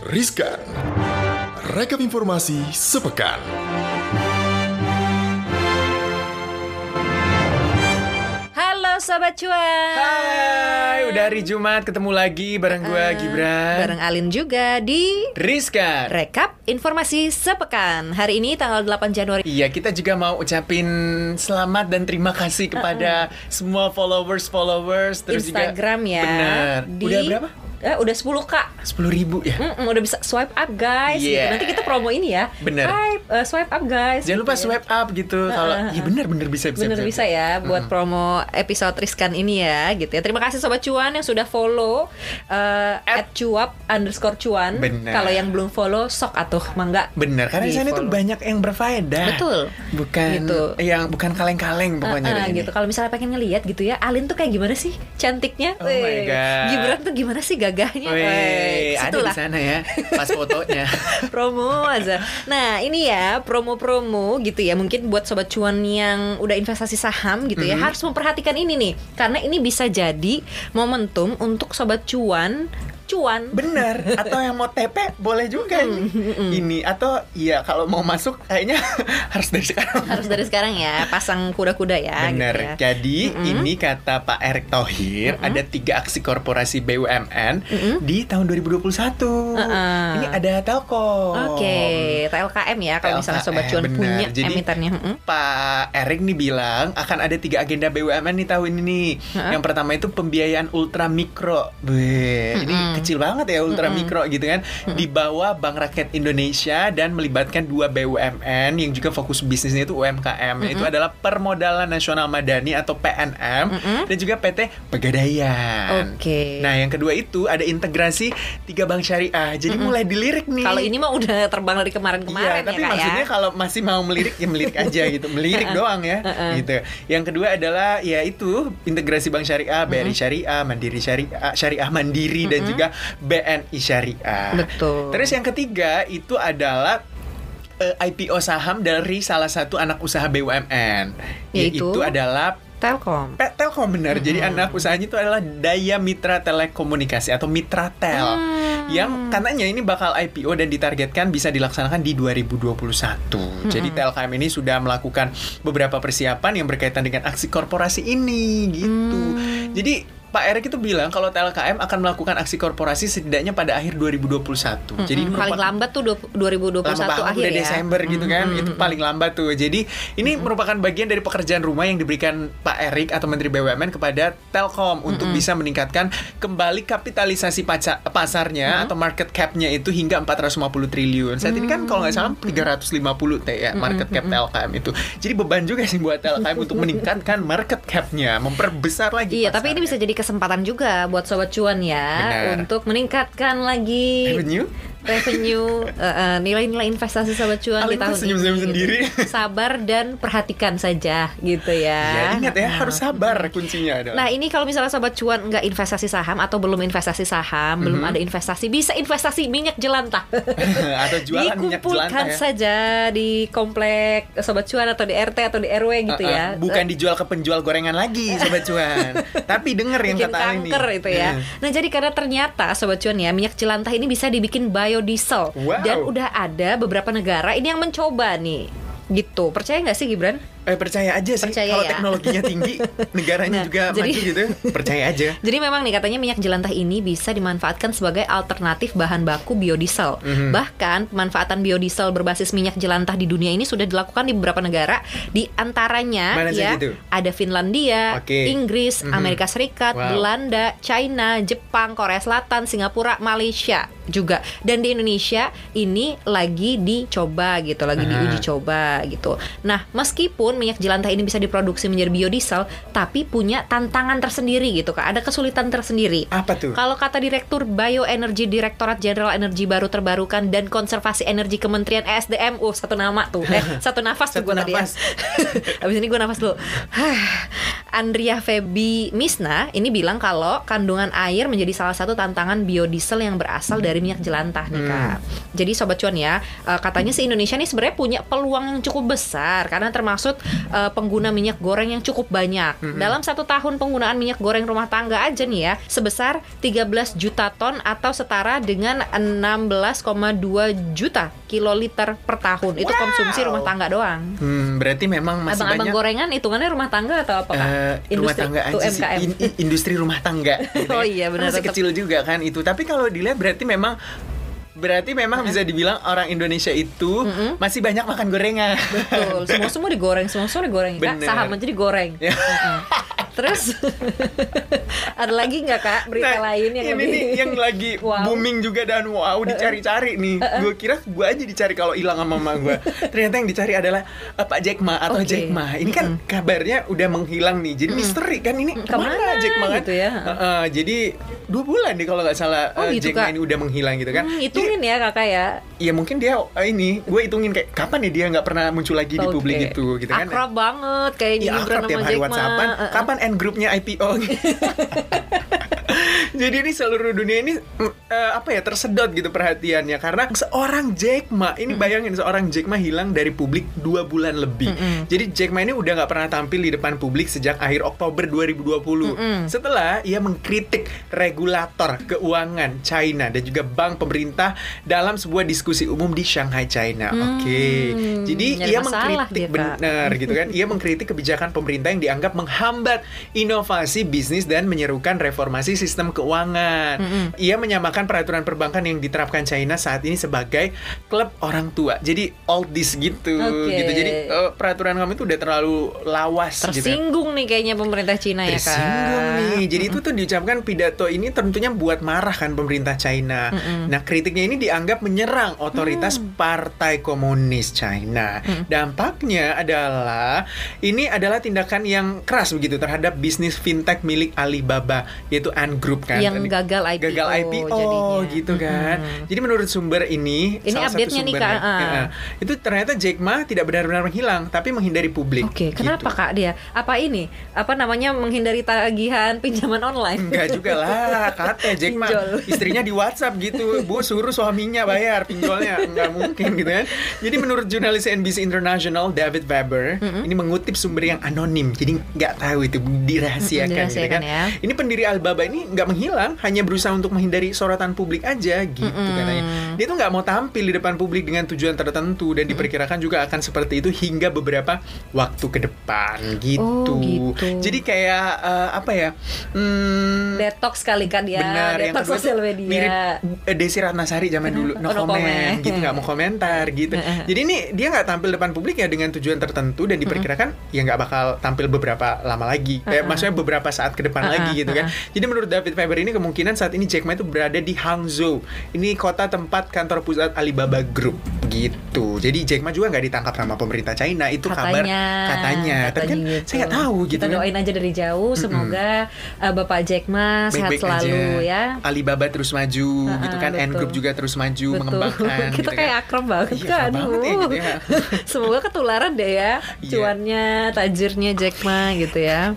Riskan. Rekap informasi sepekan. Halo Sobat Cuan. Hai, udah hari Jumat ketemu lagi bareng gue Gibran, bareng Alin juga di Rizka. Rekap informasi sepekan. Hari ini tanggal 8 Januari. Iya, kita juga mau ucapin selamat dan terima kasih kepada semua followers terus Instagram juga, ya. Bener. Udah berapa? Udah 10K. 10.000 ya. Udah bisa swipe up guys. Gitu. Nanti kita promo ini ya. Bener. Hai, swipe up guys. Jangan lupa swipe up gitu. Kalau ya bener bisa. Bener bisa ya buat promo episode Riskan ini ya gitu ya. Terima kasih Sobat Cuan yang sudah follow @cuap_cuan. Kalau yang belum follow sok atuh mangga. Bener, karena di sana itu banyak yang berfaedah. Betul. Bukan gitu. Yang bukan kaleng-kaleng pokoknya gitu. Kalau misalnya pengen ngelihat gitu ya, Alin tuh kayak gimana sih cantiknya? Oh my god. Gibran tuh gimana sih gagahnya? Ada di sana ya pas fotonya. Promo aja. Nah ini ya promo-promo gitu ya. Mungkin buat Sobat Cuan yang udah investasi saham gitu ya, harus memperhatikan ini nih. Karena ini bisa jadi momentum untuk Sobat Cuan. Bener. Atau yang mau TP boleh juga ini. Atau ya kalau mau masuk kayaknya harus dari sekarang ya. Pasang kuda-kuda ya. Bener gitu ya. Jadi ini kata Pak Erick Thohir, ada 3 aksi korporasi BUMN di tahun 2021. Ini ada Telkom. Oke, TLKM ya. Kalau misalnya Sobat Cuan punya emitennya. Pak Erick nih bilang akan ada 3 agenda BUMN nih tahun ini. Yang pertama itu pembiayaan ultra mikro. Ini kecil banget ya ultra mikro gitu kan, di bawah Bank Rakyat Indonesia dan melibatkan 2 BUMN yang juga fokus bisnisnya itu UMKM, yaitu adalah Permodalan Nasional Madani atau PNM dan juga PT Pegadaian. Oke. Nah yang kedua itu ada integrasi 3 bank syariah. Jadi mulai dilirik nih. Kalau ini mah udah terbang dari kemarin-kemarin tapi maksudnya kalau masih mau melirik ya melirik aja gitu, melirik doang ya gitu. Yang kedua adalah ya itu integrasi bank syariah, BRI Syariah, Mandiri Syariah, Syariah Mandiri dan juga BNI Syariah. Betul. Terus yang ketiga itu adalah IPO saham dari salah satu anak usaha BUMN, yaitu adalah Telkom. Telkom benar. Jadi anak usahanya itu adalah Daya Mitra Telekomunikasi atau Mitratel. Yang katanya ini bakal IPO dan ditargetkan bisa dilaksanakan di 2021. Jadi Telkom ini sudah melakukan beberapa persiapan yang berkaitan dengan aksi korporasi ini gitu. Jadi Pak Erick itu bilang kalau TLKM akan melakukan aksi korporasi setidaknya pada akhir 2021. Jadi paling lambat tuh 2021 akhir udah ya. Desember gitu kan. Itu paling lambat tuh. Jadi ini merupakan bagian dari pekerjaan rumah yang diberikan Pak Erick atau Menteri BUMN kepada Telkom untuk bisa meningkatkan kembali kapitalisasi pasarnya atau market cap-nya itu hingga 450 triliun. Saat ini kan kalau nggak salah 350 ya market cap TLKM itu. Jadi beban juga sih buat TLKM untuk meningkatkan market cap-nya, memperbesar lagi Iya, pasarnya. tapi ini bisa jadi kesempatan juga buat Sobat Cuan ya. Benar. Untuk meningkatkan lagi revenue, nilai-nilai investasi Sobat Cuan di tahun ini. Sendiri. Sabar dan perhatikan saja gitu ya. Ya ingat ya, harus sabar kuncinya adalah. Nah ini kalau misalnya Sobat Cuan nggak investasi saham atau belum investasi saham, belum ada investasi, bisa investasi minyak jelantah. Atau jualan minyak jelantah dikumpulkan ya. saja di komplek Sobat Cuan atau di RT atau di RW gitu ya. Bukan dijual ke penjual gorengan lagi Sobat Cuan. Tapi denger yang kata ini. Kanker itu ya. Nah jadi karena ternyata Sobat Cuan ya, minyak jelantah ini bisa dibikin biodiesel. Dan udah ada beberapa negara ini yang mencoba nih gitu. Percaya nggak sih Gibran? Percaya aja sih. Kalau teknologinya tinggi, negaranya juga maju gitu. Percaya aja. Jadi memang nih katanya minyak jelantah ini bisa dimanfaatkan sebagai alternatif bahan baku biodiesel. Bahkan pemanfaatan biodiesel berbasis minyak jelantah di dunia ini sudah dilakukan di beberapa negara. Di antaranya ya ada Finlandia, Inggris, Amerika Serikat, Belanda, China, Jepang, Korea Selatan, Singapura, Malaysia juga. Dan di Indonesia ini lagi dicoba gitu, lagi diuji coba gitu. Nah, meskipun minyak jelantah ini bisa diproduksi menjadi biodiesel, tapi punya tantangan tersendiri gitu Kak. Ada kesulitan tersendiri. Apa tuh? Kalau kata Direktur Bioenergi Direktorat Jenderal Energi Baru Terbarukan dan Konservasi Energi Kementerian ESDM, satu nama tuh. Satu nafas tuh gue tadi ya. Abis ini gue nafas dulu. Andrea Febi Misna ini bilang kalau kandungan air menjadi salah satu tantangan biodiesel yang berasal dari minyak jelantah nih Kak. Jadi Sobat Cuan ya, katanya si Indonesia nih sebenarnya punya peluang yang cukup besar karena termasuk pengguna minyak goreng yang cukup banyak. Dalam 1 tahun penggunaan minyak goreng rumah tangga aja nih ya, sebesar 13 juta ton atau setara dengan 16,2 juta kiloliter per tahun. Itu konsumsi rumah tangga doang. Berarti memang masih Abang-abang banyak gorengan hitungannya rumah tangga atau apa, Kak? rumah tangga aja sih. UMKM. Industri rumah tangga gitu Oh ya. iya, benar, Masih tetap. kecil juga kan itu. Tapi kalau dilihat berarti memang bisa dibilang orang Indonesia itu masih banyak makan gorengan. Betul, semua digoreng, semua digoreng. Kak, Bener. saham aja digoreng. Ya. Terus ada lagi nggak, Kak, berita lain yang ini lebih nih yang lagi wow. booming juga dan dicari-cari nih. Gue kira gue aja dicari kalau hilang sama mama gue. Ternyata yang dicari adalah Pak Jack Ma atau Oke. Jack Ma. Ini kan kabarnya udah menghilang nih. Jadi misteri kan ini kemana Jack Ma kan? gitu ya? Jadi 2 bulan nih kalau nggak salah gitu, Jack Ma Kak. ini udah menghilang gitu kan. Hitungin ya, Kakak ya. Ya mungkin dia gue hitungin kayak kapan ya dia nggak pernah muncul lagi di publik Oke. itu gitu kan. Akrab banget kayaknya Ya Gibran akrab tiap sama hari Jack Ma. WhatsAppan. Kapan end grupnya IPO? Jadi ini seluruh dunia ini tersedot gitu perhatiannya karena seorang Jack Ma ini bayangin seorang Jack Ma hilang dari publik 2 bulan lebih. Jadi Jack Ma ini udah nggak pernah tampil di depan publik sejak akhir Oktober 2020 setelah ia mengkritik regulator keuangan China dan juga bank pemerintah dalam sebuah diskusi umum di Shanghai, China. Oke. Jadi nyari ia masalah mengkritik dia, Kak. benar gitu kan. Ia mengkritik kebijakan pemerintah yang dianggap menghambat inovasi bisnis dan menyerukan reformasi sistem keuangan. Ia menyamakan peraturan perbankan yang diterapkan China saat ini sebagai klub orang tua. Jadi oldies gitu, Oke. gitu. Jadi peraturan kami itu udah terlalu lawas gitu. Tersinggung nih kayaknya pemerintah Cina ya, Kak. Tersinggung nih. Jadi itu tuh diucapkan pidato ini tentunya buat marah kan pemerintah China. Nah, kritiknya ini dianggap menyerang otoritas Partai Komunis China. Dampaknya adalah ini adalah tindakan yang keras begitu terhadap bisnis fintech milik Alibaba yaitu Ant Group kan. Yang gagal IPO jadinya. jadinya. Gitu kan. Jadi menurut sumber ini salah satu update-nya nih, sumbernya, Kak. itu ternyata Jack Ma tidak benar-benar menghilang tapi menghindari publik. Oke, kenapa gitu. Kak dia? Apa ini? Apa namanya menghindari tagihan pinjaman online? Enggak juga lah, katanya Jack Ma Pinjol. istrinya di WhatsApp gitu, Bu suruh suaminya bayar pinjolnya, enggak mungkin gitu kan. Jadi menurut jurnalis NBC International David Weber, ini mengutip sumber yang anonim, jadi nggak tahu itu dirahasiakan gitu kan. Ya. Ini pendiri Alibaba ini nggak menghilang, hanya berusaha untuk menghindari sorotan publik aja gitu katanya. Dia tuh nggak mau tampil di depan publik dengan tujuan tertentu dan diperkirakan juga akan seperti itu hingga beberapa waktu ke depan gitu. Oh, gitu. Jadi kayak Detox kali kan dia. benar, yang Detox kedua sosial tuh media. mirip Desi Ratnasari zaman dulu, no No comment comment. gitu, nggak mau komentar gitu. Jadi ini dia nggak tampil depan publik ya dengan tujuan tertentu dan diperkirakan ya nggak bakal tampil beberapa lama lagi, maksudnya beberapa saat ke depan lagi gitu kan. Jadi menurut David Weber ini kemungkinan saat ini Jack Ma itu berada di Hangzhou, ini kota tempat kantor pusat Alibaba Group gitu. Jadi Jack Ma juga nggak ditangkap sama pemerintah China, itu kabar katanya. Tapi kan gitu. saya nggak tahu gitu Kita kan. doain aja dari jauh, semoga Bapak Jack Ma sehat Baik-baik selalu aja. ya. Alibaba terus maju gitu kan, Ant betul. Group juga terus maju Betul. mengembangkan Kita gitu kayak kan. akrab banget Iya, kan. akrab banget ya gitu ya. Semoga ketularan deh ya Iya. cuannya, tajirnya Jack Ma gitu ya.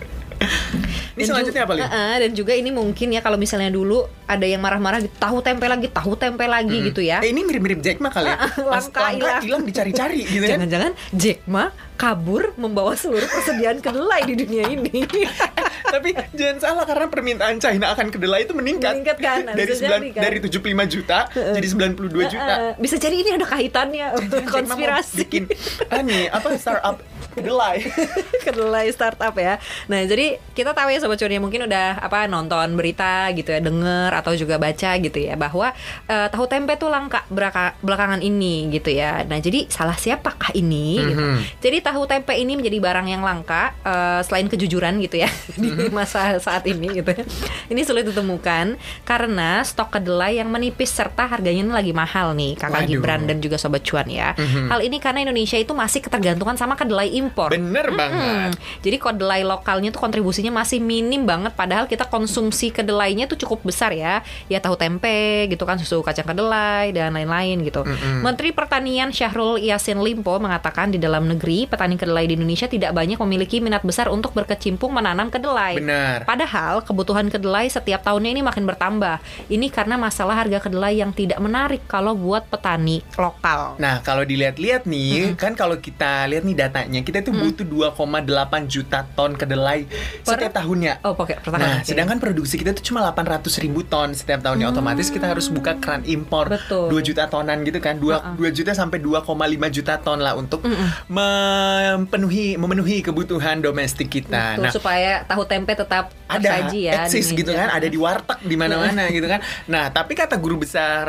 Ini selanjutnya apa, Lin? Dan juga ini mungkin ya kalau misalnya dulu ada yang marah-marah gitu, tahu tempe lagi gitu ya. Ini mirip-mirip Jack Ma kali ya. Pas Langka hilang dicari-cari gitu kan. Jangan-jangan Jack Ma kabur membawa seluruh persediaan kedelai di dunia ini. Tapi jangan salah karena permintaan China akan kedelai itu meningkat. Meningkat kan? Dari Bisa jadi kan? dari 75 juta jadi 92 juta. Bisa jadi ini ada kaitannya Jack Ma mau konspirasi. bikin startup kedelai. Kedelai startup ya. Nah, jadi kita tahu ya Sobat Cuan yang mungkin udah nonton berita gitu ya, denger atau juga baca gitu ya bahwa tahu tempe tuh langka belakangan ini gitu ya. Nah, jadi salah siapakah ini gitu. Jadi tahu tempe ini menjadi barang yang langka selain kejujuran gitu ya di masa saat ini gitu ya. Ini sulit ditemukan karena stok kedelai yang menipis serta harganya ini lagi mahal nih Kakak Waduh. Gibran dan juga Sobat Cuan ya. Hal ini karena Indonesia itu masih ketergantungan sama kedelai impor. Bener banget. Jadi kedelai lokalnya tuh kontribusinya masih minim banget, padahal kita konsumsi kedelainya tuh cukup besar ya. Ya tahu tempe gitu kan, susu kacang kedelai dan lain-lain gitu. Menteri Pertanian Syahrul Yassin Limpo mengatakan di dalam negeri petani kedelai di Indonesia tidak banyak memiliki minat besar untuk berkecimpung menanam kedelai. Benar. Padahal kebutuhan kedelai setiap tahunnya ini makin bertambah. Ini karena masalah harga kedelai yang tidak menarik kalau buat petani lokal. Nah, kalau dilihat-lihat nih, kan kalau kita lihat nih datanya, kita kita itu butuh 2,8 juta ton kedelai setiap tahunnya. Oh, per tahun. Nah, sedangkan produksi kita itu cuma 800.000 ton setiap tahunnya. Otomatis kita harus buka keran impor. Betul. 2 juta tonan gitu kan. 2 juta sampai 2,5 juta ton lah untuk memenuhi kebutuhan domestik kita. Betul, supaya tahu tempe tetap tersaji ya. Eksis gitu kan, ada di warteg di mana-mana gitu kan. Nah, tapi kata guru besar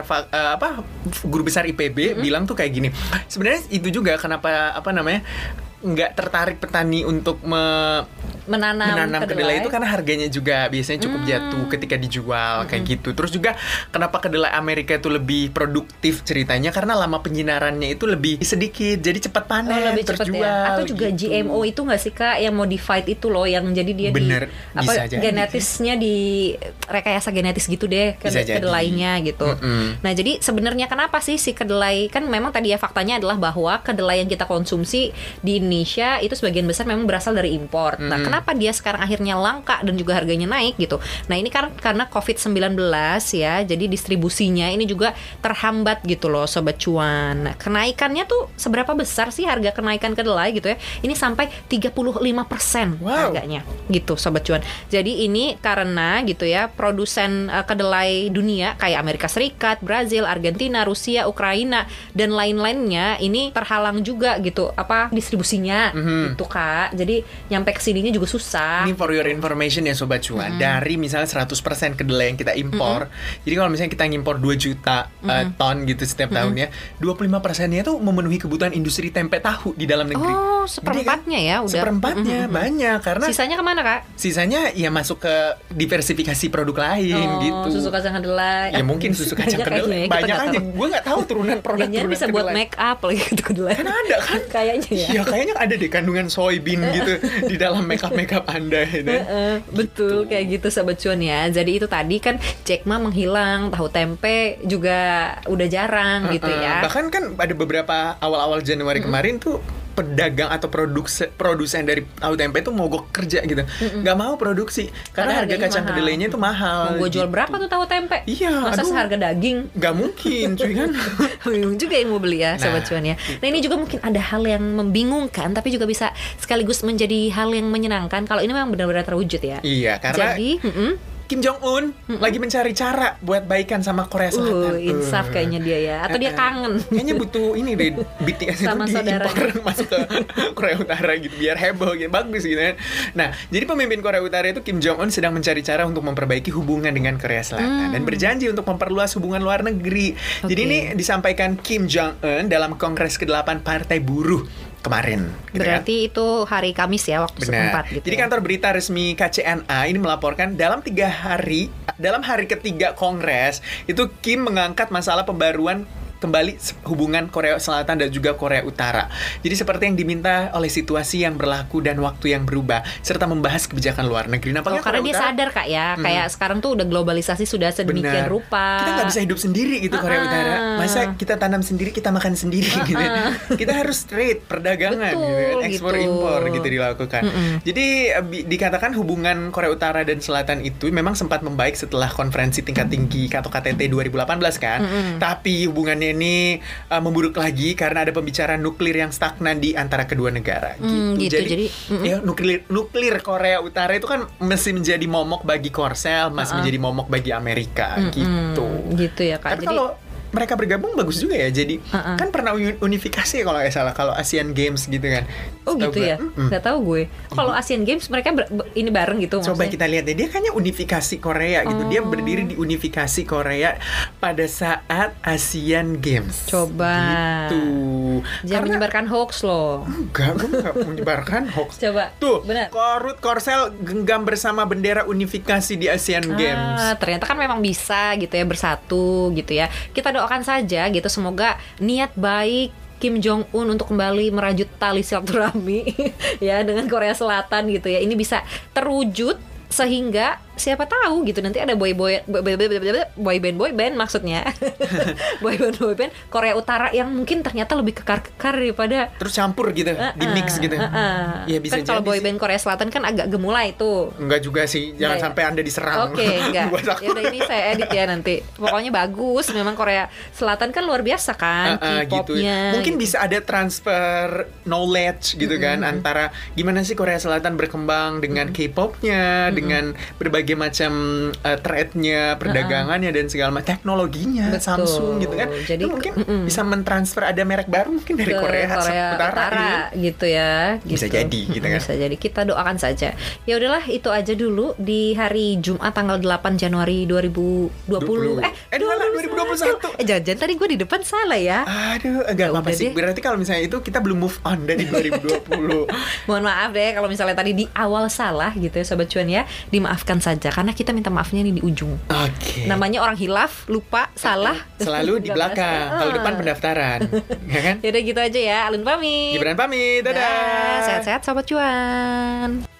IPB bilang tuh kayak gini. Sebenarnya itu juga kenapa nggak tertarik petani untuk menanam kedelai itu karena harganya juga biasanya cukup jatuh ketika dijual kayak gitu. Terus juga kenapa kedelai Amerika itu lebih produktif ceritanya karena lama penyinarannya itu lebih sedikit, jadi cepat panen, lebih terjual. Ya. Atau juga gitu. GMO itu nggak sih Kak, yang modified itu loh, yang jadi dia genetisnya di rekayasa genetis gitu deh kedelainya gitu. Nah, jadi sebenarnya kenapa sih si kedelai, kan memang tadi ya faktanya adalah bahwa kedelai yang kita konsumsi di Indonesia itu sebagian besar memang berasal dari impor. Nah, kenapa dia sekarang akhirnya langka dan juga harganya naik gitu? Nah, ini karena COVID-19 ya, jadi distribusinya ini juga terhambat gitu loh Sobat Cuan. Nah, kenaikannya tuh seberapa besar sih harga kenaikan kedelai gitu ya? Ini sampai 35% harganya gitu Sobat Cuan. Jadi ini karena gitu ya, produsen kedelai dunia kayak Amerika Serikat, Brazil, Argentina, Rusia, Ukraina dan lain-lainnya ini terhalang juga gitu distribusinya gitu Kak. Jadi nyampe kesininya juga susah. Ini for your information ya Sobat Cuan. Dari misalnya 100% kedelai yang kita impor. Jadi kalau misalnya kita ngimpor 2 juta ton gitu setiap tahunnya, 25%-nya tuh memenuhi kebutuhan industri tempe tahu di dalam negeri. Oh, seperempatnya ya udah. Seperempatnya banyak karena sisanya kemana Kak? Sisanya ya masuk ke diversifikasi produk lain gitu. Susu kacang kedelai. Ya mungkin susu kacang kedelai banyak aja. Gue nggak tahu turunan produk kedelai. Bisa buat make up lagi gitu kedelai. Kan ada kan? Kayaknya ya. Ya kayaknya ada deh kandungan soybean gitu di dalam make up Anda gitu. Betul kayak gitu Sobat Cuan ya. Jadi itu tadi kan Jack Ma menghilang, tahu tempe juga udah jarang gitu ya. Bahkan kan ada beberapa awal-awal Januari kemarin tuh pedagang atau produsen dari tahu tempe itu mogok kerja gitu, nggak mau produksi karena harga kacang kedelainya itu mahal. Mau gue jual berapa tuh tahu tempe? Iya, masa seharga daging? Nggak mungkin, cuy kan. Bingung juga yang mau beli ya, Sobat Cuan ya. Nah, ini juga mungkin ada hal yang membingungkan, tapi juga bisa sekaligus menjadi hal yang menyenangkan kalau ini memang benar-benar terwujud ya. Iya, karena jadi Kim Jong Un lagi mencari cara buat baikan sama Korea Selatan. Insaf kayaknya dia ya. Atau dia kangen. Kayaknya butuh ini deh, BTS sama itu diimpor masuk ke Korea Utara gitu biar heboh gitu, bagus gitu kan. Nah, jadi pemimpin Korea Utara itu Kim Jong Un sedang mencari cara untuk memperbaiki hubungan dengan Korea Selatan dan berjanji untuk memperluas hubungan luar negeri. Jadi ini disampaikan Kim Jong Un dalam Kongres ke-8 Partai Buruh kemarin gitu. Berarti kan? Itu hari Kamis ya waktu setempat gitu. Jadi kantor berita resmi KCNA ini melaporkan dalam hari ketiga Kongres itu Kim mengangkat masalah pembaruan kembali hubungan Korea Selatan dan juga Korea Utara. Jadi seperti yang diminta oleh situasi yang berlaku dan waktu yang berubah, serta membahas kebijakan luar negeri. Nampaknya karena dia sadar Kak ya, kayak sekarang tuh udah globalisasi sudah sedemikian rupa. Kita nggak bisa hidup sendiri gitu Korea Utara. Masa kita tanam sendiri, kita makan sendiri gitu. Kita harus trade, perdagangan gitu, ekspor impor gitu dilakukan. Jadi dikatakan hubungan Korea Utara dan Selatan itu memang sempat membaik setelah konferensi tingkat tinggi atau KTT 2018 kan. Tapi hubungannya ini memburuk lagi karena ada pembicaraan nuklir yang stagnan di antara kedua negara gitu. Jadi ya, nuklir Korea Utara itu kan masih menjadi momok bagi Korsel, masih menjadi momok bagi Amerika gitu. Gitu ya Kak. Tapi kalau mereka bergabung bagus juga ya. Jadi kan pernah unifikasi ya kalau nggak salah, kalau Asian Games gitu kan. Oh gitu ya? Nggak tahu gue. Kalau Asian Games mereka ini bareng gitu Coba maksudnya. kita lihat deh, dia kayaknya unifikasi Korea gitu. Dia berdiri di unifikasi Korea pada saat Asian Games. Coba gitu. Jangan menyebarkan hoax loh. Enggak, gue nggak menyebarkan hoax. Coba Tuh, benar. Korut Korsel genggam bersama bendera unifikasi di Asian Games. Ternyata kan memang bisa gitu ya, bersatu gitu ya. Kita doakan saja gitu, semoga niat baik Kim Jong Un untuk kembali merajut tali silaturahmi ya dengan Korea Selatan gitu ya, ini bisa terwujud sehingga siapa tahu gitu nanti ada boy band maksudnya. boy band Korea Utara yang mungkin ternyata lebih kekar-kekar daripada terus campur gitu, di mix gitu. Ya bisa kan kalau boy band Korea Selatan kan agak gemulai tuh. Enggak juga sih, jangan sampai Anda diserang. Oke, enggak. Ya udah ini saya edit ya nanti. Pokoknya bagus, memang Korea Selatan kan luar biasa kan K-popnya. Gitu. Mungkin bisa ada transfer knowledge gitu kan antara gimana sih Korea Selatan berkembang dengan K-popnya, dengan berbagai macam thread-nya, perdagangannya dan segala macam teknologinya. Betul. Samsung gitu kan. Jadi itu mungkin bisa mentransfer ada merek baru mungkin dari Korea Utara gitu ya. Bisa gitu. jadi gitu kan. Bisa jadi, kita doakan saja. Ya udahlah, itu aja dulu di hari Jumat tanggal 8 Januari 2020. 2021. Jangan tadi gue di depan salah ya. Aduh, enggak apa-apa sih. Berarti kalau misalnya itu kita belum move on dari 2020. Mohon maaf deh kalau misalnya tadi di awal salah gitu ya Sobat Cuan ya. Dimaafkan saja karena kita minta maafnya nih di ujung. Oke. Namanya orang hilaf, lupa, salah. Selalu di belakang. Kalau depan pendaftaran. Ya kan? Ya udah gitu aja ya. Alun pamit. Gibran pamit. Dadah. Sehat-sehat Sobat Cuan.